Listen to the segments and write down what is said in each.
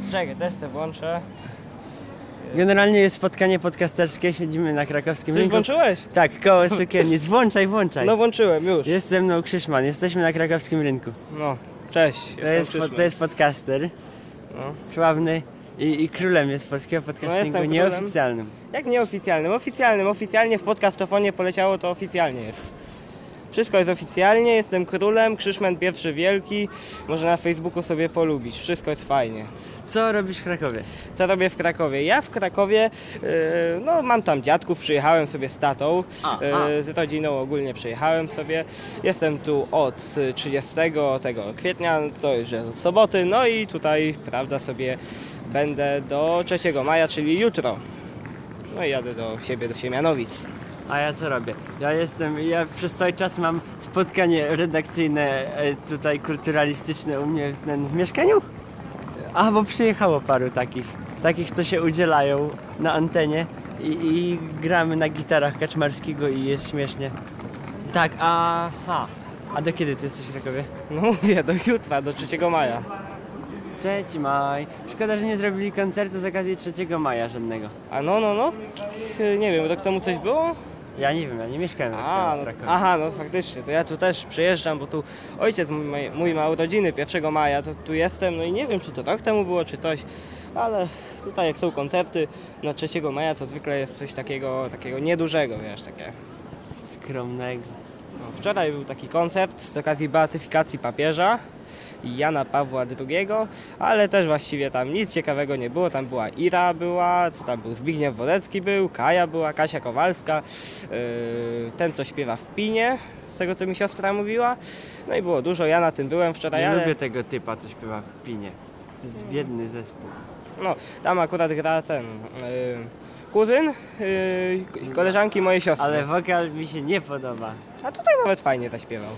Czekaj, też te włączę. Generalnie jest spotkanie podcasterskie, siedzimy na krakowskim Coś rynku. włączyłeś? Tak, koło sukiennic. Włączaj. No włączyłem, już. Jest ze mną Krzyszman, jesteśmy na krakowskim rynku. No, cześć. To jest podcaster, No. sławny i królem jest polskiego podcastingu, jestem nieoficjalnym. Jak nieoficjalnym? Oficjalnym. Oficjalnie w podcastofonie poleciało, to oficjalnie jest. Wszystko jest oficjalnie, jestem królem, Krzyszman pierwszy wielki. Można na Facebooku sobie polubić, wszystko jest fajnie. Co robisz w Krakowie? Co robię w Krakowie? Ja w Krakowie, mam tam dziadków, przyjechałem sobie z tatą, z rodziną ogólnie przyjechałem sobie. Jestem tu od 30 kwietnia, to już jest od soboty, no i tutaj, prawda, sobie będę do 3 maja, czyli jutro. No i jadę do siebie, do Siemianowic. A ja co robię? Ja przez cały czas mam spotkanie redakcyjne, tutaj kulturalistyczne u mnie w mieszkaniu. Bo przyjechało paru takich co się udzielają na antenie i gramy na gitarach Kaczmarskiego i jest śmiesznie. Tak, A do kiedy ty jesteś w Krakowie? No mówię, do jutra, do 3 maja. 3 maj. Szkoda, że nie zrobili koncertu z okazji 3 maja żadnego. No. Nie wiem, rok temu coś było? Ja nie wiem, ja nie mieszkałem w Krakowie. No faktycznie, to ja tu też przyjeżdżam, bo tu ojciec mój ma urodziny 1 maja, to tu jestem, no i nie wiem, czy to rok temu było, czy coś, ale tutaj jak są koncerty na 3 maja, to zwykle jest coś takiego niedużego, wiesz, takie. Skromnego. No, wczoraj był taki koncert z okazji beatyfikacji papieża Jana Pawła II, ale też właściwie tam nic ciekawego nie było. Tam była Ira, co tam był, Zbigniew Wodecki był, Kaja była, Kasia Kowalska, ten co śpiewa w Pinie, z tego co mi siostra mówiła. No i było dużo, ja na tym byłem wczoraj. Nie lubię tego typa, co śpiewa w Pinie. Jest biedny zespół. No, tam akurat gra ten kuzyn koleżanki mojej siostry. Ale wokal mi się nie podoba. A tutaj nawet fajnie zaśpiewał.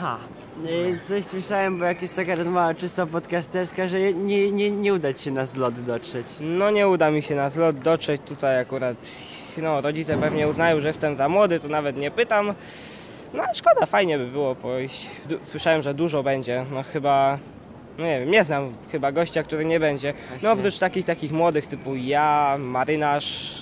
Coś słyszałem, bo jak jest taka rozmowa czysto podcasterska, że nie uda ci się na zlot dotrzeć. No nie uda mi się na zlot dotrzeć, tutaj akurat rodzice pewnie uznają, że jestem za młody, to nawet nie pytam. No ale szkoda, fajnie by było pójść. Słyszałem, że dużo będzie, no chyba, no nie wiem, nie znam chyba gościa, który nie będzie. No oprócz takich młodych typu ja, Marynarz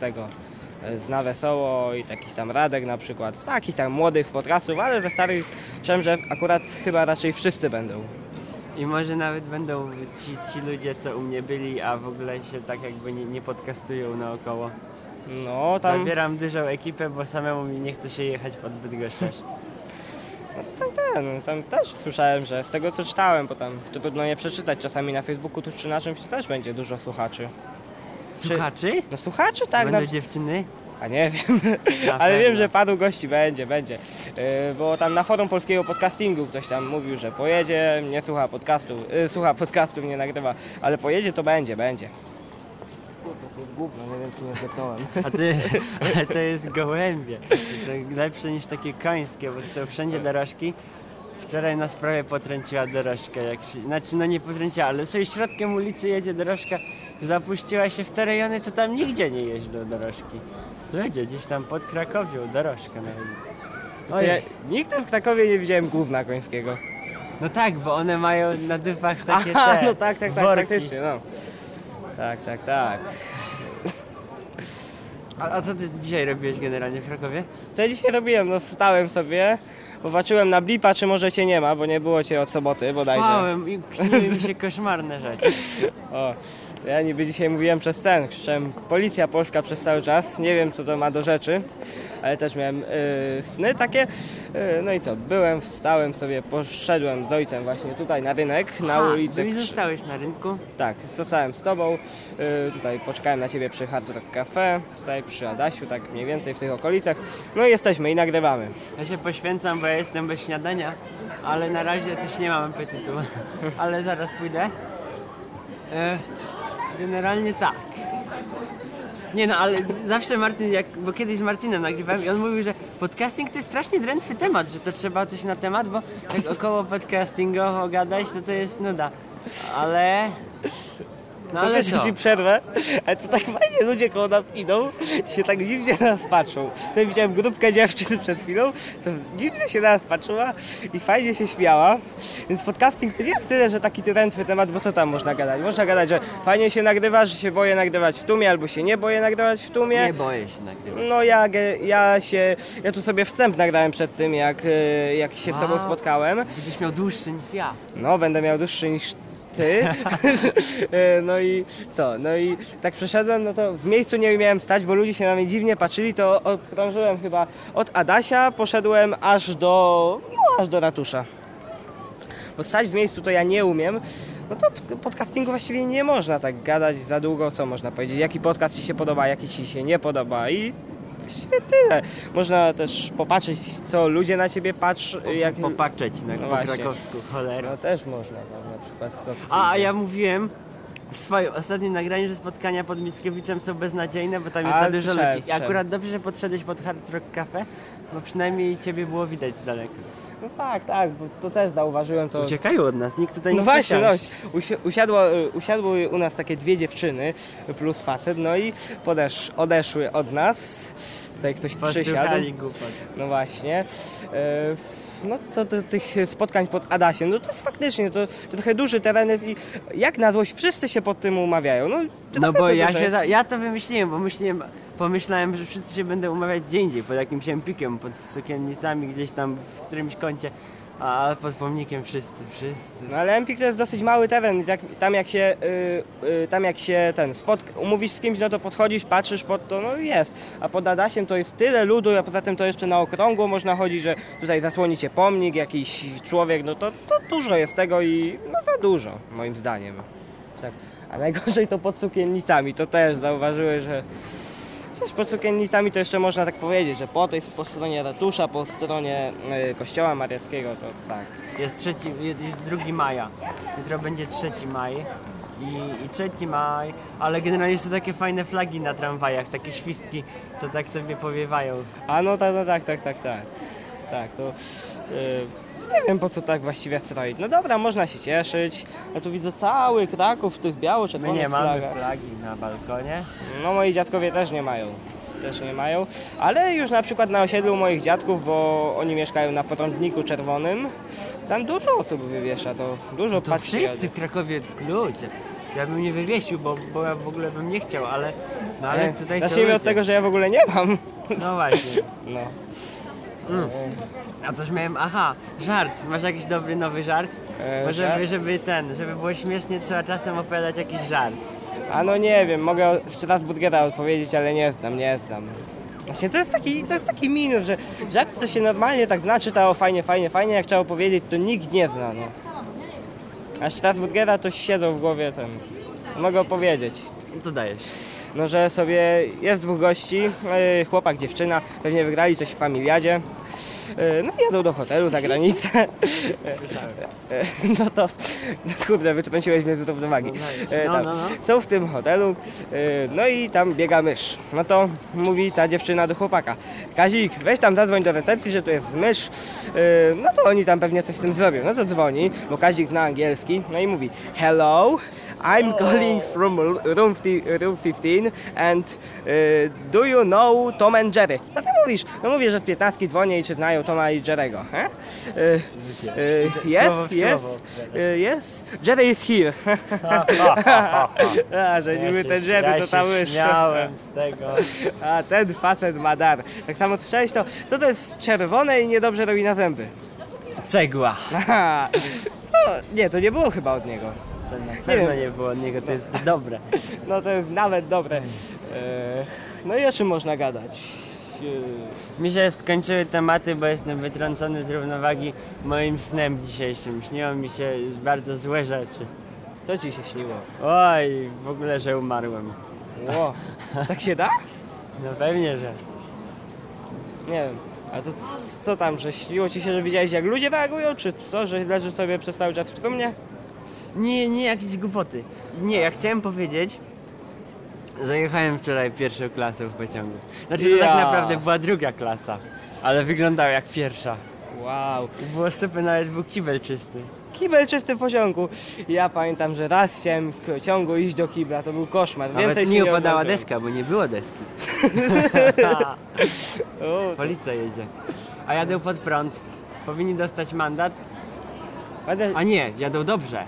z Na Wesoło i takich tam Radek na przykład, z takich tam młodych podcastów, ale ze starych słyszałem, że akurat chyba raczej wszyscy będą. I może nawet będą ci ludzie, co u mnie byli, a w ogóle się tak jakby nie podcastują naokoło. No tam... Zabieram dużą ekipę, bo samemu mi nie chce się jechać pod Bydgoszcz. No tam też słyszałem, że z tego co czytałem, bo tam trudno nie przeczytać, czasami na Facebooku czy na czymś też będzie dużo słuchaczy. Słuchaczy? No słuchaczy, tak. Będą dziewczyny? A nie wiem, ale wiem, że paru gości będzie. Bo tam na forum polskiego podcastingu ktoś tam mówił, że pojedzie, nie słucha podcastów, nie nagrywa, ale pojedzie to będzie. To jest gówno, nie wiem czy nie zepnąłem. Ale to jest gołębie. To lepsze niż takie końskie, bo to są wszędzie dorożki. Wczoraj nas prawie potrąciła dorożka. Nie potrąciła, ale sobie środkiem ulicy jedzie dorożka. Zapuściła się w te rejony, co tam nigdzie nie jeżdżą dorożki. Ludzie, gdzieś tam pod Krakowią dorożka na ulicy. Ja nigdy w Krakowie nie widziałem gówna końskiego. No tak, bo one mają na dyfach takie no tak, faktycznie, no. Tak. A co ty dzisiaj robiłeś generalnie w Krakowie? Co ja dzisiaj robiłem? No wstałem sobie, popatrzyłem na blipa, czy może cię nie ma, bo nie było cię od soboty bodajże. Spałem i śniły mi się koszmarne rzeczy. Ja niby dzisiaj mówiłem przez sen, krzyczałem Policja Polska przez cały czas, nie wiem co to ma do rzeczy, ale też miałem sny takie. No i co, wstałem sobie, poszedłem z ojcem właśnie tutaj na rynek, na ulicę. No i zostałeś na rynku? Tak, zostałem z tobą, tutaj poczekałem na ciebie przy Hard Rock Cafe, tutaj przy Adasiu, tak mniej więcej w tych okolicach. No i jesteśmy i nagrywamy. Ja się poświęcam, bo ja jestem bez śniadania, ale na razie też nie mam apetytu, ale zaraz pójdę. Generalnie tak. Nie no, ale zawsze Marcin, bo kiedyś z Marcinem nagrywałem i on mówił, że podcasting to jest strasznie drętwy temat, że to trzeba coś na temat, bo jak około podcastingowo gadać, to jest nuda. Ale No ale Powiedzmy co? ci przerwę, ale co tak fajnie ludzie koło nas idą i się tak dziwnie na nas patrzą. Tutaj widziałem grupkę dziewczyn przed chwilą, co dziwnie się na nas patrzyła i fajnie się śmiała. Więc podcasting to nie jest tyle, że taki trętwy temat, bo co tam można gadać? Można gadać, że fajnie się nagrywa, że się boję nagrywać w tłumie, albo się nie boję nagrywać w tłumie. Nie boję się nagrywać. No ja tu sobie wstęp nagrałem przed tym, jak się z tobą spotkałem. Będziesz miał dłuższy niż ja. No, będę miał dłuższy niż ty. No i co? No i tak przeszedłem, no to w miejscu nie umiałem stać, bo ludzie się na mnie dziwnie patrzyli, to okrążyłem chyba od Adasia, poszedłem aż do ratusza. Bo stać w miejscu to ja nie umiem. No to podcastingu właściwie nie można tak gadać za długo, co można powiedzieć, jaki podcast ci się podoba, jaki ci się nie podoba i właściwie tyle. Można też popatrzeć, co ludzie na ciebie patrzą. Popatrzeć No po właśnie. krakowsku, cholera. No też można, tak, na przykład. A ja mówiłem w swoim ostatnim nagraniu, że spotkania pod Mickiewiczem są beznadziejne, bo tam jest za dużo ludzi. I akurat dobrze, że podszedłeś pod Hard Rock Cafe, bo przynajmniej ciebie było widać z daleka. No tak, bo to też zauważyłem to. Uciekają od nas, nikt tutaj No nie właśnie, chce no, siąść. usiadły u nas takie dwie dziewczyny plus facet, no i odeszły od nas. Tutaj ktoś przysiadł. Posłuchali głupot. No właśnie. No to co do tych spotkań pod Adasiem, no to jest faktycznie, to trochę duży teren jest i jak na złość wszyscy się pod tym umawiają. No bo to ja to wymyśliłem, bo pomyślałem, że wszyscy się będą umawiać gdzie indziej, pod jakimś empikiem, pod sukiennicami gdzieś tam w którymś kącie, a pod pomnikiem wszyscy. No ale Empik to jest dosyć mały teren i tam jak się umówisz z kimś, no to podchodzisz, patrzysz pod to, no jest. A pod Adasiem to jest tyle ludu, a poza tym to jeszcze na okrągło można chodzić, że tutaj zasłoni cię pomnik, jakiś człowiek, no to dużo jest tego i no za dużo, moim zdaniem. Tak. A najgorzej to pod sukiennicami, to też zauważyły, że coś pod sukiennicami to jeszcze można tak powiedzieć, że po stronie ratusza, po stronie kościoła mariackiego, to tak. Jest 2 maja, jutro będzie 3 maj i 3 maj, ale generalnie są takie fajne flagi na tramwajach, takie świstki, co tak sobie powiewają. A no tak. Tak, to nie wiem po co tak właściwie stroić. No dobra, można się cieszyć. Ja tu widzę cały Kraków w tych My biało-czerwonych nie mamy flagach. flagi na balkonie. No moi dziadkowie też nie mają. Ale już na przykład na osiedlu moich dziadków, bo oni mieszkają na porądniku czerwonym, tam dużo osób wywiesza, to dużo To patrzy. wszyscy w Krakowie ludzie. Ja bym nie wywiesił, bo ja w ogóle bym nie chciał, ale tutaj są Zacznijmy ludzie. od tego, że ja w ogóle nie mam. No właśnie. No. A coś miałem, żart. Masz jakiś dobry nowy żart? Bo żeby było śmiesznie, trzeba czasem opowiadać jakiś żart. A no nie wiem, mogę z Strasburgera odpowiedzieć, ale nie znam. Właśnie to jest taki minus, że żart to się normalnie tak zna, czyta o fajnie, jak trzeba opowiedzieć, to nikt nie zna, no. A Strasburgera to siedzą w głowie mogę opowiedzieć. To dajesz. No, że sobie jest 2 gości, chłopak, dziewczyna, pewnie wygrali coś w familiadzie. No jadą do hotelu za granicę. No to, kurde, wytrąciłeś mnie z równowagi. No. Są w tym hotelu, no i tam biega mysz. No to mówi ta dziewczyna do chłopaka: Kazik, weź tam zadzwoń do recepcji, że tu jest mysz. No to oni tam pewnie coś z tym zrobią. No to dzwoni, bo Kazik zna angielski, no i mówi: Hello, I'm calling from room 15 and do you know Tom and Jerry? Co ty mówisz? No mówię, że z 15 dzwonię i czy znają Toma i Jerry'ego. Yes, Jerry is here. A, że niby ten Jerry to ta mysz. Śmiałem z tego. A ten facet ma dar. Tak samo słyszałeś to, co to jest czerwone i niedobrze robi na zęby? Cegła. Aha. To nie było chyba od niego. To na pewno nie było od niego, to jest dobre. No to jest nawet dobre. No i o czym można gadać? Mi się skończyły tematy, bo jestem wytrącony z równowagi moim snem dzisiejszym. Śniło mi się bardzo złe rzeczy. Co ci się śniło? Oj, w ogóle, że umarłem. Ło, tak się da? No pewnie, że. Nie wiem. A to co tam, że śniło ci się, że widziałeś jak ludzie reagują, czy co, że leżysz sobie przez cały czas w trumnie? Nie, jakieś głupoty. Nie, ja chciałem powiedzieć, że jechałem wczoraj 1. klasą w pociągu. Znaczy to tak naprawdę była 2. klasa, ale wyglądała jak 1. Wow. I było super, nawet był kibel czysty. kibel czysty w pociągu. Ja pamiętam, że raz chciałem w ciągu iść do kibla, to był koszmar. Nawet Więcej się nie upadała odważyłem. deska, bo nie było deski. O, Policja jedzie. A jadę pod prąd. Powinni dostać mandat. Będę... A nie, jadą dobrze.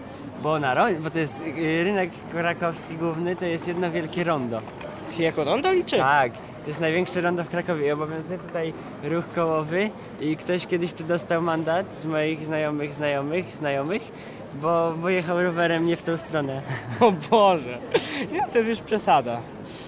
Bo to jest rynek krakowski główny, to jest jedno wielkie rondo. Się jako rondo liczy? Tak, to jest największe rondo w Krakowie i obowiązuje tutaj ruch kołowy i ktoś kiedyś tu dostał mandat z moich znajomych, bo jechał rowerem nie w tą stronę. O Boże, nie, to jest już przesada.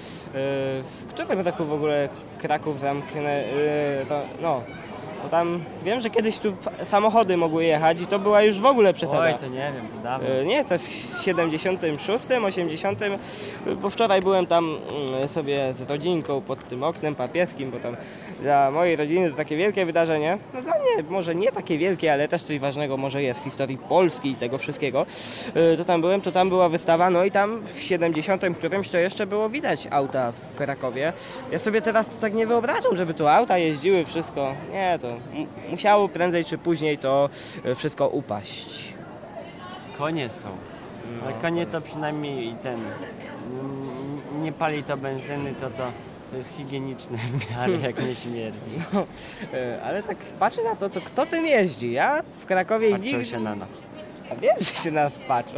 Kto tego taką w ogóle Kraków zamknę? No, bo tam wiem, że kiedyś tu samochody mogły jechać i to była już w ogóle przesada. Oj, to nie wiem, to dawno. Nie, to w 76, 80, bo wczoraj byłem tam sobie z rodzinką pod tym oknem papieskim, bo tam dla mojej rodziny to takie wielkie wydarzenie. No dla mnie może nie takie wielkie, ale też coś ważnego może jest w historii Polski i tego wszystkiego. To tam była wystawa, no i tam w 70 którymś to jeszcze było widać auta w Krakowie. Ja sobie teraz tak nie wyobrażam, żeby tu auta jeździły, wszystko. Nie, to musiało prędzej czy później to wszystko upaść. Konie są. Ale konie to przynajmniej nie pali to benzyny, to jest higieniczne w miarę, jak nie śmierdzi. No, ale tak patrzę na to kto tym jeździ? Ja w Krakowie Patrzą się na nas. A wiem, że się na nas patrzą.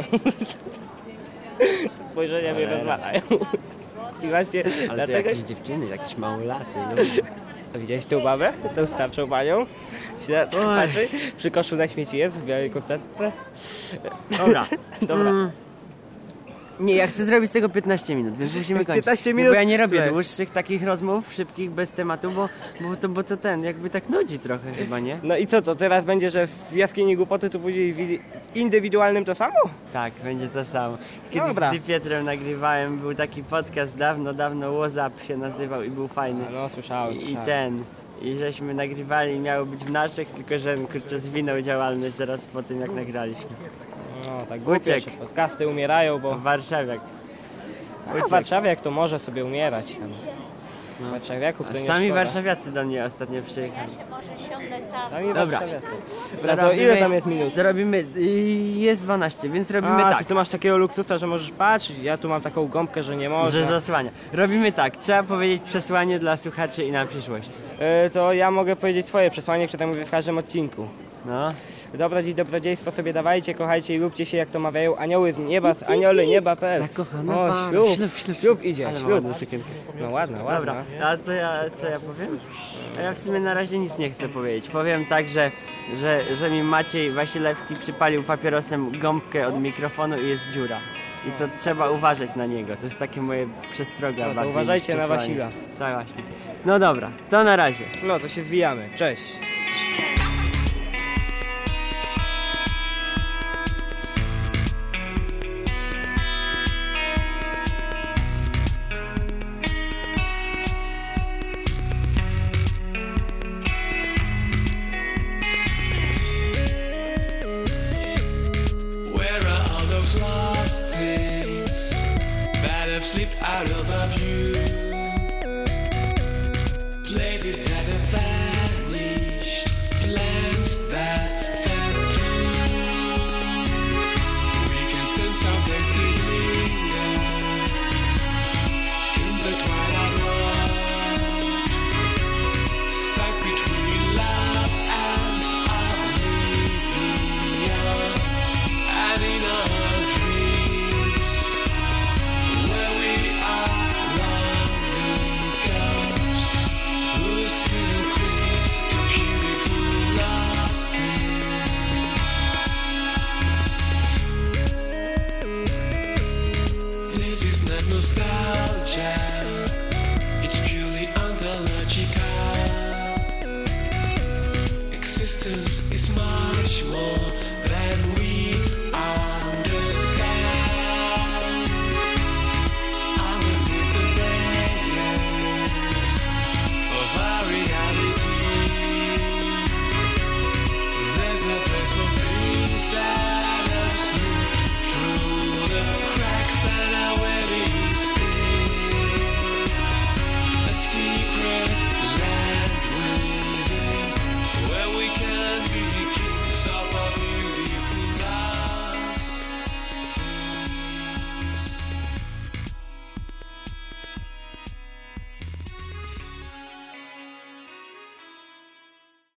Spojrzenia mnie rozwalają. I właśnie Ale to dlatego... jakieś dziewczyny, jakieś małolaty. Ludzie. To widziałeś tą babę? Tą starszą panią? Się patrzy, przy koszu na śmieci jest w białej kurtce. Dobra. Dobra. Nie, ja chcę zrobić z tego 15 minut, więc musimy Jest kończyć. 15 Bo minut? ja nie robię Cześć. dłuższych takich rozmów, szybkich, bez tematu, bo to jakby tak nudzi trochę chyba, nie? No i co to teraz będzie, że w jaskini głupoty to później w indywidualnym to samo? Tak, będzie to samo. Kiedyś Dobra. z Pietrem nagrywałem, był taki podcast dawno, WhatsApp się nazywał i był fajny. No słyszałem. I żeśmy nagrywali, miało być w naszych, tylko że kurczę zwinął działalność zaraz po tym jak nagraliśmy. No tak głupie, Uciekł. że podcasty umierają, bo... Warszawiak. A warszawiak to może sobie umierać. Tam. Warszawiaków to nie Sami szkoda. warszawiacy do mnie ostatnio przyjechali. Sami Dobra. warszawiacy. Dobra, to ile tam jest minut? Zrobimy, jest 12, więc robimy A, tak. czy ty masz takiego luksusa, że możesz patrzeć? Ja tu mam taką gąbkę, że nie można. Że zasłania. Robimy tak, trzeba powiedzieć przesłanie dla słuchaczy i na przyszłość. To ja mogę powiedzieć swoje przesłanie, które mówię w każdym odcinku. No. Dobroć i dobrodziejstwo sobie dawajcie, kochajcie i lubcie się, jak to mawiają anioły z nieba, z anioły nieba.pl. Zakochana O, para. ślub idzie, Ale ma ślub. ładną sukienkę. No ładna. Dobra, a co ja powiem? A ja w sumie na razie nic nie chcę powiedzieć. Powiem tak, że mi Maciej Wasilewski przypalił papierosem gąbkę od mikrofonu i jest dziura. I to trzeba uważać na niego. To jest takie moje przestroga. No to bardziej uważajcie niż na przesłanie. Wasila. Tak właśnie. No dobra, to na razie. No to się zwijamy. Cześć.